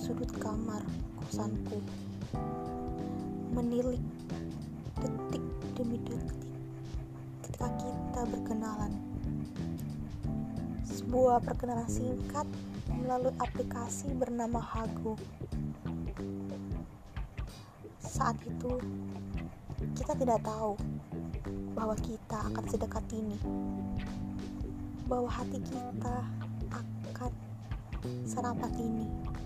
sudut kamar kosanku, menilik detik demi detik ketika kita berkenalan. Sebuah perkenalan singkat melalui aplikasi bernama Hago. Saat itu kita tidak tahu bahwa kita akan sedekat ini, bahwa hati kita akan serapat ini.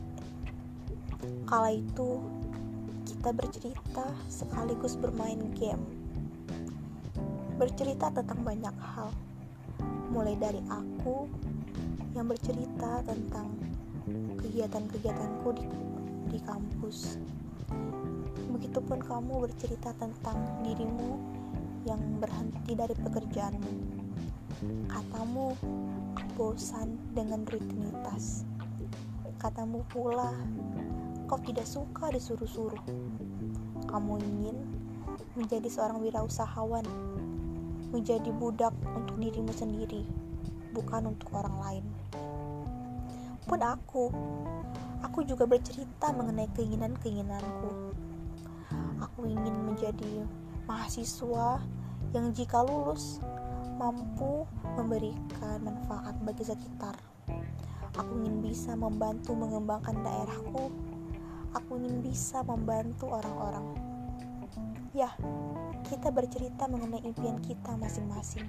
Kala itu kita bercerita sekaligus bermain game, bercerita tentang banyak hal, mulai dari aku yang bercerita tentang kegiatan-kegiatanku di kampus. Begitupun kamu bercerita tentang dirimu yang berhenti dari pekerjaanmu. Katamu bosan dengan rutinitas. Katamu pula kau tidak suka disuruh-suruh. Kamu ingin menjadi seorang wirausahawan, menjadi budak untuk dirimu sendiri, bukan untuk orang lain. Pun aku juga bercerita mengenai keinginan-keinginanku. Aku ingin menjadi mahasiswa yang jika lulus mampu memberikan manfaat bagi sekitar. Aku ingin bisa membantu mengembangkan daerahku. Aku ingin bisa membantu orang-orang. Ya, kita bercerita mengenai impian kita masing-masing.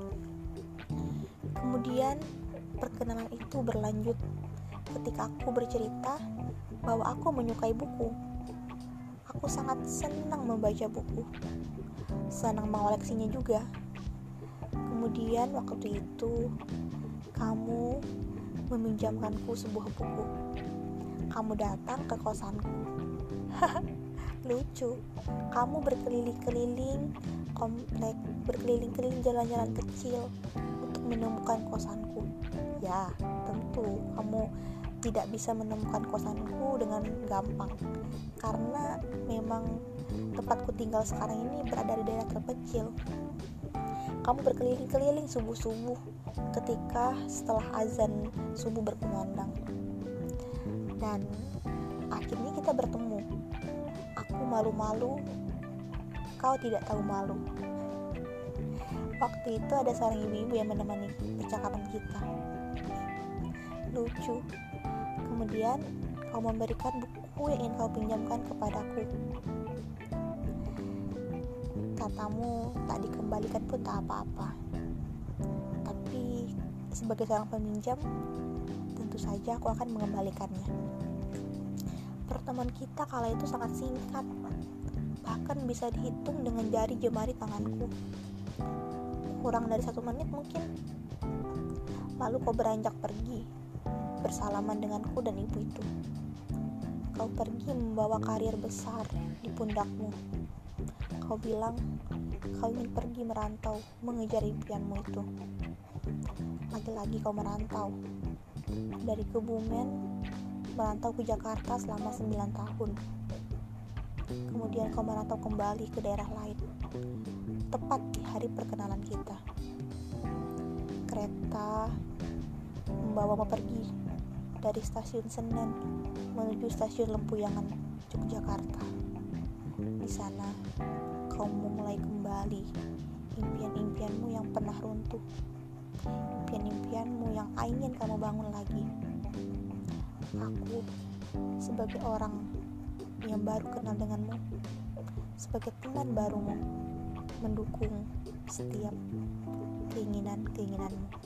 Kemudian perkenalan itu berlanjut ketika aku bercerita bahwa aku menyukai buku. Aku sangat senang membaca buku, senang mengoleksinya juga. Kemudian waktu itu kamu meminjamkanku sebuah buku. Kamu datang ke kosanku. Lucu. Kamu berkeliling-keliling komplek, berkeliling-keliling jalan-jalan kecil untuk menemukan kosanku. Ya, tentu kamu tidak bisa menemukan kosanku dengan gampang, karena memang tempatku tinggal sekarang ini berada di daerah terpencil. Kamu berkeliling-keliling subuh-subuh ketika setelah azan subuh berkumandang, dan akhirnya kita bertemu. Aku malu-malu, kau tidak tahu malu. Waktu itu ada seorang ibu-ibu yang menemani percakapan kita. Lucu. Kemudian kau memberikan buku yang ingin kau pinjamkan kepadaku. Katamu tak dikembalikan pun tak apa-apa. Tapi sebagai seorang peminjam, tentu saja aku akan mengembalikannya. Pertemuan kita kala itu sangat singkat, bahkan bisa dihitung dengan jari jemari tanganku. Kurang dari 1 menit mungkin. Lalu kau beranjak pergi, bersalaman denganku dan ibu itu. Kau pergi membawa karir besar di pundakmu. Kau bilang kau ingin pergi merantau, mengejar impianmu itu. Lagi-lagi kau merantau dari Kebumen, merantau ke Jakarta selama 9 tahun. Kemudian kau merantau kembali ke daerah lain, tepat di hari perkenalan kita. Kereta membawamu pergi dari stasiun Senen menuju stasiun Lempuyangan, Yogyakarta. Di sana kau memulai kembali impian-impianmu yang pernah runtuh, impian-impianmu yang ingin kamu bangun lagi. Aku sebagai orang yang baru kenal denganmu, sebagai teman barumu, mendukung setiap keinginan-keinginanmu.